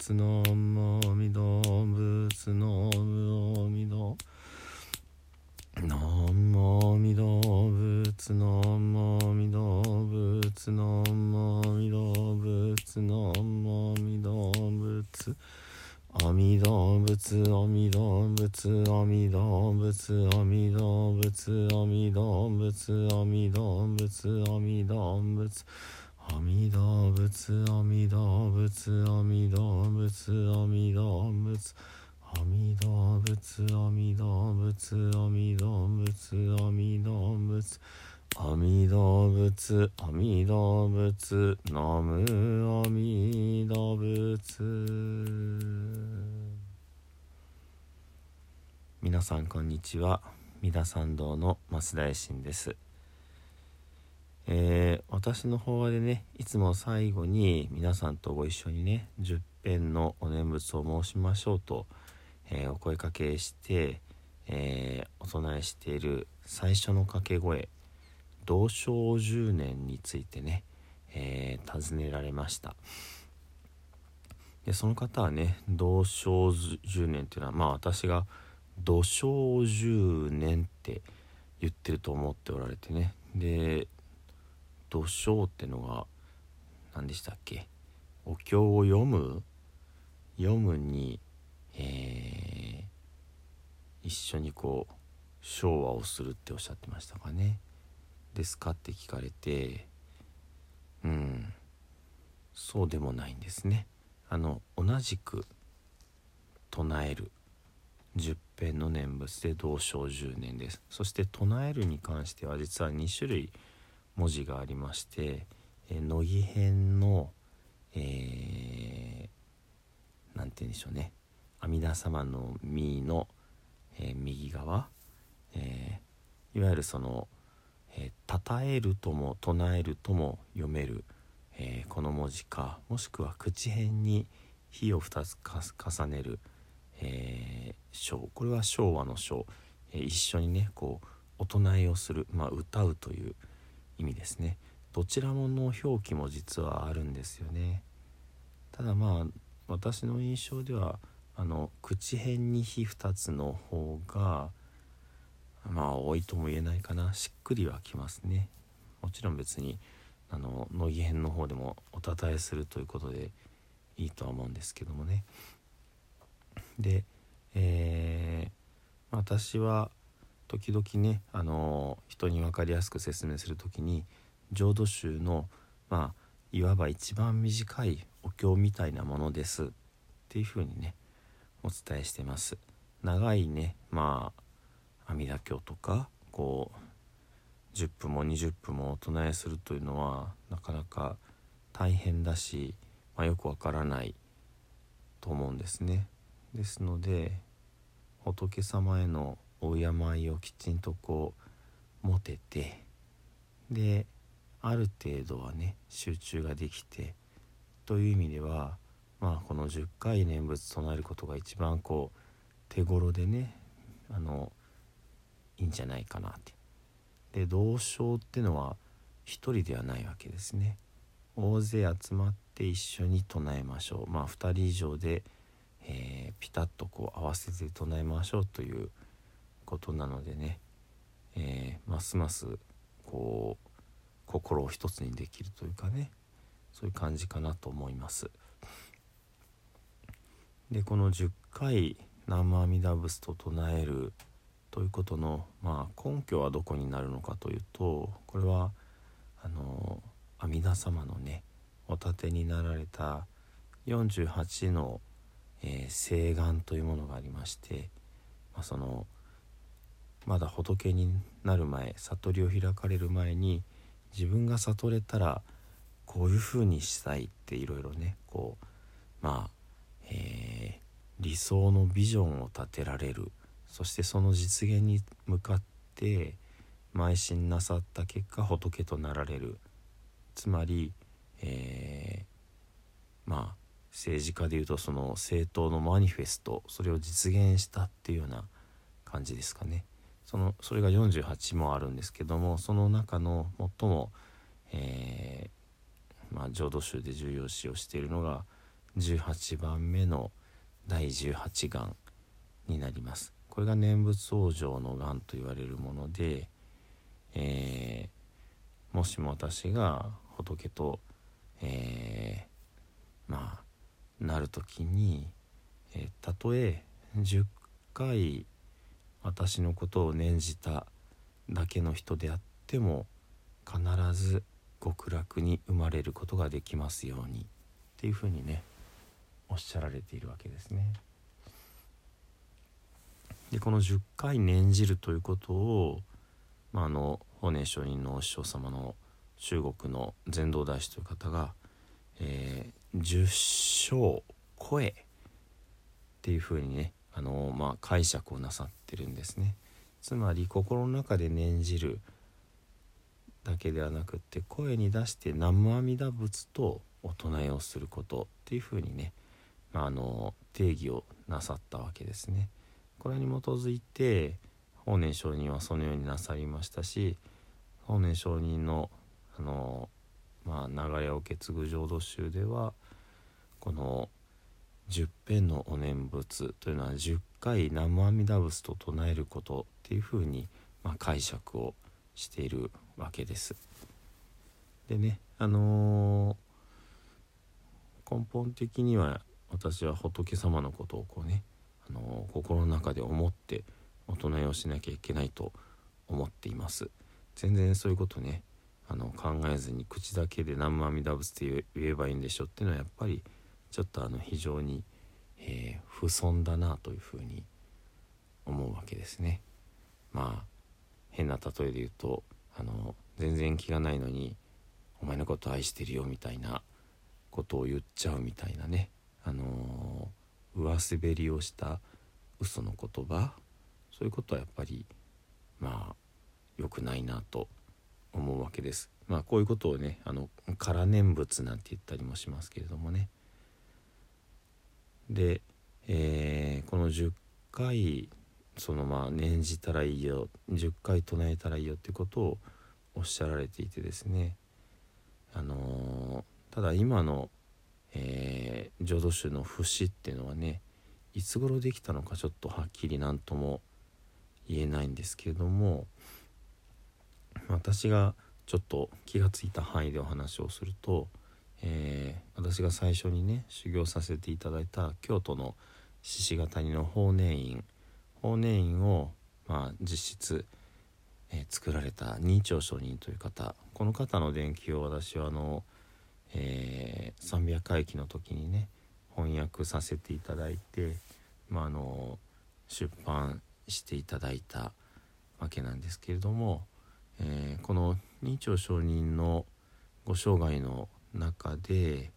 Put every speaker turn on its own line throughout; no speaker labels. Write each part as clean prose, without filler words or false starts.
仏南無阿弥陀仏南無阿弥陀南無阿弥陀仏南無阿弥陀仏南無阿弥陀仏南無阿弥陀仏阿弥陀仏阿弥陀仏阿弥陀仏阿弥陀仏阿弥陀仏阿弥陀仏阿弥陀仏阿弥陀仏阿弥陀仏阿弥陀仏阿弥陀仏阿弥陀仏阿弥陀仏阿弥陀仏阿弥陀仏阿弥陀仏阿弥陀仏南無阿弥陀仏。皆さんこんにちは。三田参道の増田衛進です。私の方でね、いつも最後に皆さんとご一緒にね10遍のお念仏を申しましょうと、お声かけして、お唱えしている最初の掛け声道生10年についてね、尋ねられました。でその方はね、道生10年っていうのは、私が土生10年って言ってると思っておられてね、で土生ってのが何でしたっけ、お経を読むに、一緒にこう唱和をするっておっしゃってましたかね。ですかって聞かれて、そうでもないんですね。同じく唱える10遍の念仏で道生10年です。そして唱えるに関しては実は2種類文字がありまして、乃木編の、なんて言うんでしょうね、阿弥陀様の身の、右側、いわゆるそのたたえるとも唱えるとも読める、この文字か、もしくは口辺に火を2つ重ねる、唱、これは唱和の唱、一緒にねこうお唱えをする、歌うという意味ですね。どちらもの表記も実はあるんですよね。ただ私の印象では口辺に火2つの方が多いとも言えないかな、しっくりはきますね。もちろん別に乃木編の方でもおたたえするということでいいとは思うんですけどもね。で、私は時々ね人に分かりやすく説明するときに浄土宗のいわば一番短いお経みたいなものですっていうふうにねお伝えしてます。長いね阿弥陀経とかこう10分も20分もお唱えするというのはなかなか大変だし、よくわからないと思うんですね。ですので仏様へのお敬いをきちんとこう持てて、である程度はね集中ができてという意味ではこの10回念仏唱えることが一番こう手頃でねいいんじゃないかなって。で道生ってのは一人ではないわけですね。大勢集まって一緒に唱えましょう。2人以上で、ピタッとこう合わせて唱えましょうということなのでね、ますますこう心を一つにできるというかね、そういう感じかなと思います。でこの10回南無阿弥陀仏と唱えるということの、根拠はどこになるのかというと、これは阿弥陀様のねお立てになられた48の、誓願というものがありまして、そのまだ仏になる前、悟りを開かれる前に自分が悟れたらこういうふうにしたいっていろいろねこう理想のビジョンを立てられる。そしてその実現に向かって邁進なさった結果仏となられる。つまり、政治家でいうとその政党のマニフェスト、それを実現したっていうような感じですかね。それが48もあるんですけども、その中の最も、浄土宗で重要視をしているのが 18番目の第18願になります。これが念仏往生の願と言われるもので、もしも私が仏と、なる時に、たとえ10回私のことを念じただけの人であっても必ず極楽に生まれることができますようにっていうふうにねおっしゃられているわけですね。でこの10回念じるということを、法然上人のお師匠様の中国の禅道大師という方が、10生声っていうふうにね解釈をなさってるんですね。つまり心の中で念じるだけではなくって声に出して南無阿弥陀仏とお唱えをすることっていうふうにね、定義をなさったわけですね。これに基づいて法然上人はそのようになさりましたし、法然上人の流れを受け継ぐ浄土宗ではこの10遍のお念仏というのは10回南無阿弥陀仏と唱えることっていうふうに、解釈をしているわけです。でね、根本的には私は仏様のことを心の中で思ってお唱えをしなきゃいけないと思っています。全然そういうことね考えずに口だけで南無阿弥陀仏って言えばいいんでしょっていうのはやっぱりちょっと非常に、不遜だなというふうに思うわけですね。変な例えで言うと全然気がないのにお前のこと愛してるよみたいなことを言っちゃうみたいなね、上滑りをした嘘の言葉、そういうことはやっぱり良くないなと思うわけです。こういうことをね空念仏なんて言ったりもしますけれどもね。で、この10回念じたらいいよ10回唱えたらいいよってことをおっしゃられていてですね、ただ今の、浄土宗の節っていうのはねいつ頃できたのかちょっとはっきり何とも言えないんですけれども、私がちょっと気がついた範囲でお話をすると、私が最初にね修行させていただいた京都の鹿ヶ谷の法然院を、実質、作られた二朝上人という方、この方の伝記を私は300回忌の時にね翻訳させていただいて、出版していただいたわけなんですけれども、この二朝上人のご生涯の中で、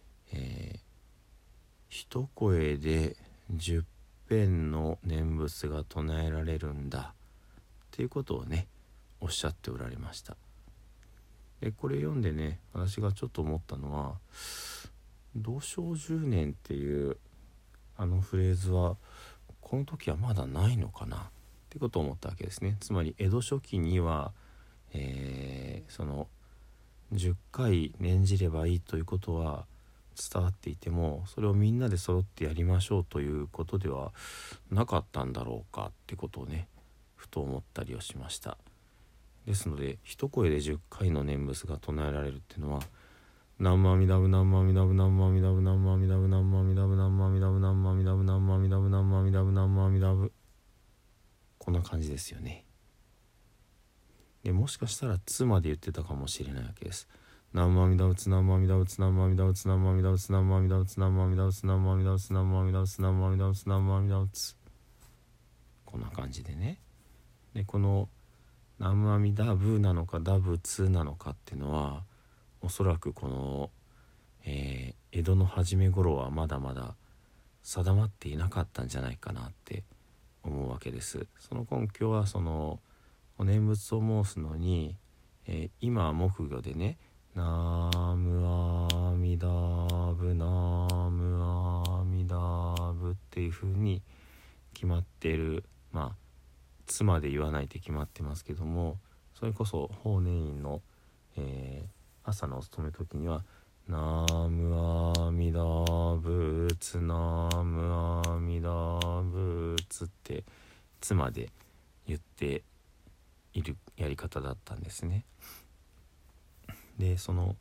一声で10遍の念仏が唱えられるんだっていうことをねおっしゃっておられました。でこれ読んでね私がちょっと思ったのは道正10年っていうフレーズはこの時はまだないのかなってことを思ったわけですね。つまり江戸初期には、その10回念じればいいということは伝わっていてもそれをみんなで揃ってやりましょうということではなかったんだろうかってことをねふと思ったりをしました。ですので一声で10回の念仏が唱えられるっていうのは南無阿弥陀仏南無阿弥陀仏南無阿弥陀仏南無阿弥陀仏南無阿弥陀仏南無阿弥陀仏南無阿弥陀仏南無阿弥陀仏南無阿弥陀仏南無阿弥陀仏、こんな感じですよね。でもしかしたら「つ」まで言ってたかもしれないわけです。南無阿弥陀仏南無阿弥陀仏南無阿弥陀仏南無阿弥陀仏南無阿弥陀仏南無阿弥陀仏南無阿弥陀仏南無阿弥陀仏南無阿弥陀仏南無阿弥陀仏、こんな感じでね。でこの南無阿弥陀仏なのか陀仏なのかっていうのはおそらくこの、江戸の初め頃はまだまだ定まっていなかったんじゃないかなって思うわけです。その根拠はそのお念仏を申すのに、今は木魚でね南無阿弥陀仏南無阿弥陀仏っていう風に決まっている、つまで言わないと決まってますけども、それこそ法然院の、朝のお勤め時にはナムアミダ仏ナムアミダ仏って妻で言っているやり方だったんですね。でその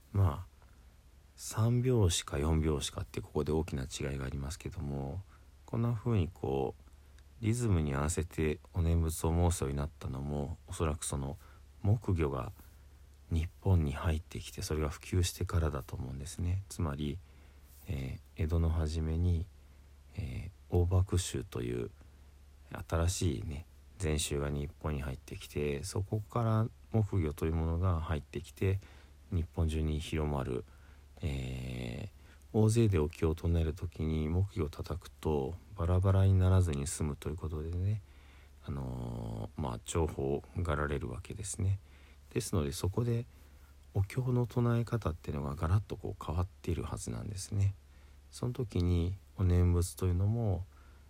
3拍子か4拍子かってここで大きな違いがありますけども、こんな風にこうリズムに合わせてお念仏を申すようになったのも、おそらくその木魚が日本に入ってきてそれが普及してからだと思うんですね。つまり、江戸の初めに、大幕宗という新しいね禅宗が日本に入ってきて、そこから木魚というものが入ってきて日本中に広まる、大勢でお経を唱える時に木魚を叩くとバラバラにならずに済むということでね、重宝がられるわけですね。ですのでそこでお経の唱え方っていうのがガラッとこう変わっているはずなんですね。その時にお念仏というのも、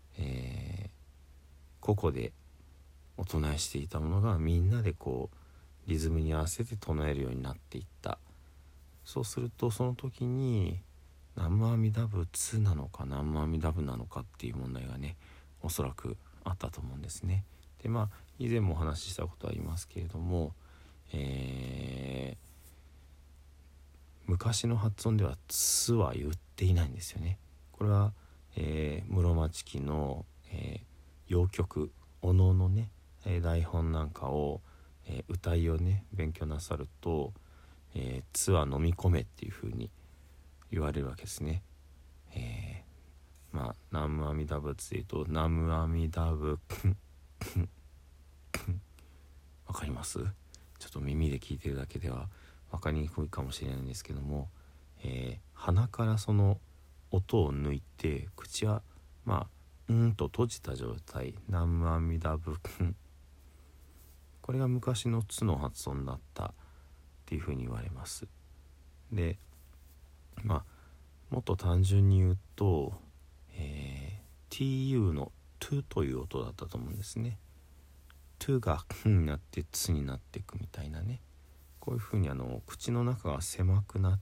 個々でお唱えしていたものがみんなでこうリズムに合わせて唱えるようになっていった。そうするとその時に南無阿弥陀仏なのか南無阿弥陀仏なのかっていう問題がねおそらくあったと思うんですね。で以前もお話ししたことありますけれども、昔の発音ではつは言っていないんですよね。これは、室町期の、謡曲お能のね、台本なんかを、歌いをね勉強なさると、つは飲み込めっていう風に言われるわけですね。南無阿弥陀仏で言うと南無阿弥陀仏わかります？ちょっと耳で聞いてるだけでは分かりにくいかもしれないんですけども、鼻からその音を抜いて口はと閉じた状態、南無阿弥陀仏これが昔のつの発音だったっていうふうに言われます。でもっと単純に言うと、tu の to という音だったと思うんですね。to がになってつになっていくみたいなね、こういうふうに口の中が狭くなって、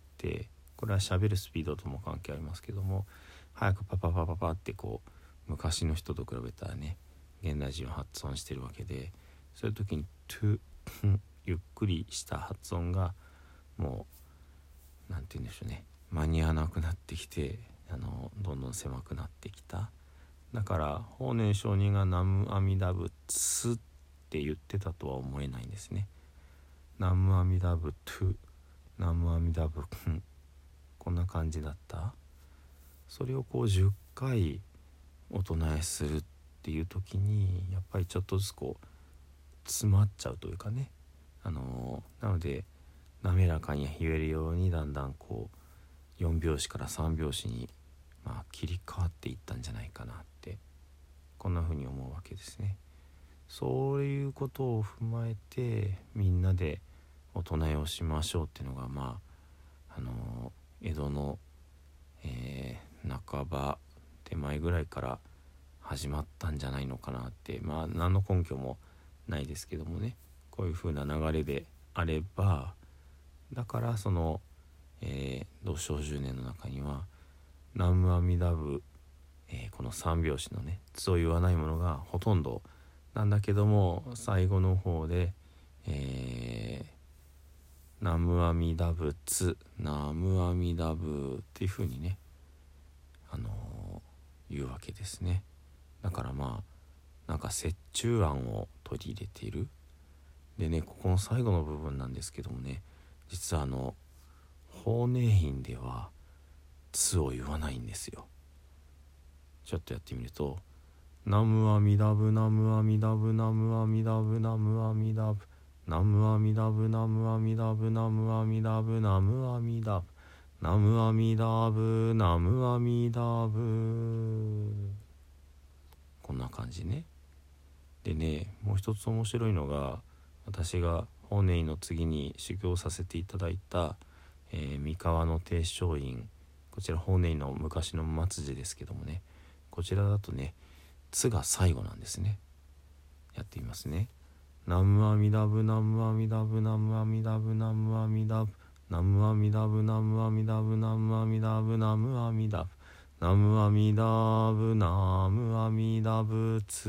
これは喋るスピードとも関係ありますけども、早くパパパパパってこう昔の人と比べたらね現代人は発音してるわけで、そういう時に to ゆっくりした発音がもうなんて言うんでしょうね、間に合わなくなってきてどんどん狭くなってきた。だから法然上人が南無阿弥陀仏って言ってたとは思えないんですね。南無阿弥陀仏南無阿弥陀仏こんな感じだった。それをこう10回お唱えするっていう時にやっぱりちょっとずつこう詰まっちゃうというかね、なので滑らかに言えるようにだんだんこう4拍子から3拍子に切り替わっていったんじゃないかなってこんな風に思うわけですね。そういうことを踏まえてみんなでお唱えをしましょうっていうのが江戸の、半ば手前ぐらいから始まったんじゃないのかなって、何の根拠もないですけどもね、こういう風な流れであれば、だからその、道正10年の中には南無阿弥陀仏、この3拍子のねつを言わないものがほとんどなんだけども、最後の方で、南無阿弥陀仏南無阿弥陀仏っていう風にね言うわけですね。だからなんか折衷案を取り入れている。でね、ここの最後の部分なんですけどもね、実は法然院ではつを言わないんですよ。ちょっとやってみると、南無阿弥陀仏南無阿弥陀仏南無阿弥陀仏南無阿弥陀仏南無阿弥陀仏南無阿弥陀仏南無阿弥陀仏南無阿弥陀仏南無阿弥陀仏南無阿弥陀仏、こんな感じね。でね、もう一つ面白いのが、私が法然院の次に修行させていただいた、三河の定正院、こちら法然院の昔の末寺ですけどもね、こちらだとねつが最後なんですね。やってみますね。南無阿弥陀仏南無阿弥陀仏南無阿弥陀仏南無阿弥陀仏ナムアミダブナムアミダブナムアミダブナムアミダブナムアミダブナムアミダブツ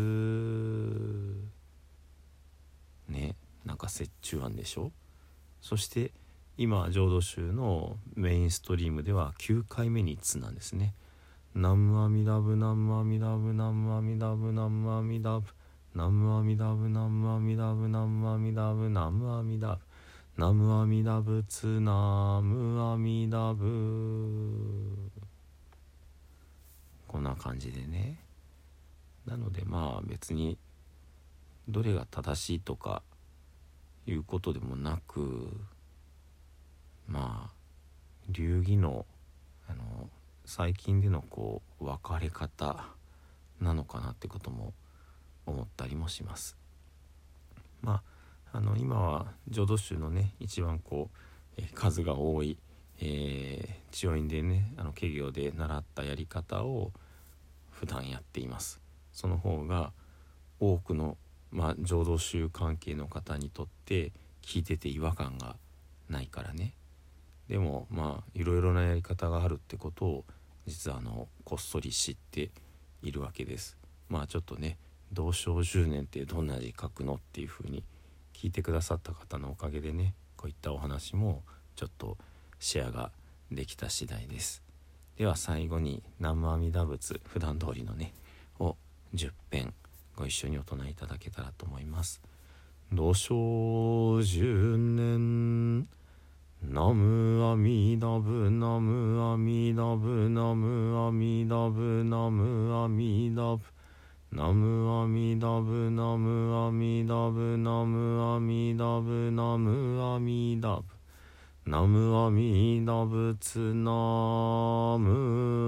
ね、なんか折衷案でしょ。そして今浄土宗のメインストリームでは9回目にツなんですね。ナムアミダブナムアミダブナムアミダブナムアミダブナムアミダブナムアミダブナムアミダブナムアミダブナムアミダブツナムアミダブ、こんな感じでね。なのでまあ別にどれが正しいとかいうことでもなく、まあ流儀の最近でのこう分かれ方なのかなってことも思ったりもします。まあ今は浄土宗のね一番こう、数が多い、千代院でね家業で習ったやり方を普段やっています。その方が多くの、浄土宗関係の方にとって聞いてて違和感がないからね。でもいろいろなやり方があるってことを実はこっそり知っているわけです。ちょっとね道正10年ってどんな字書くのっていう風に聞いてくださった方のおかげでね、こういったお話もちょっとシェアができた次第です。では最後に南無阿弥陀仏普段通りのねを10編ご一緒にお唱えいただけたらと思います。道正10年ナムアミダブナムアミダブナムアミダブナムアミダブナムアミダブナムアミダブナムアミダブナムアミダブナムアミダブツナム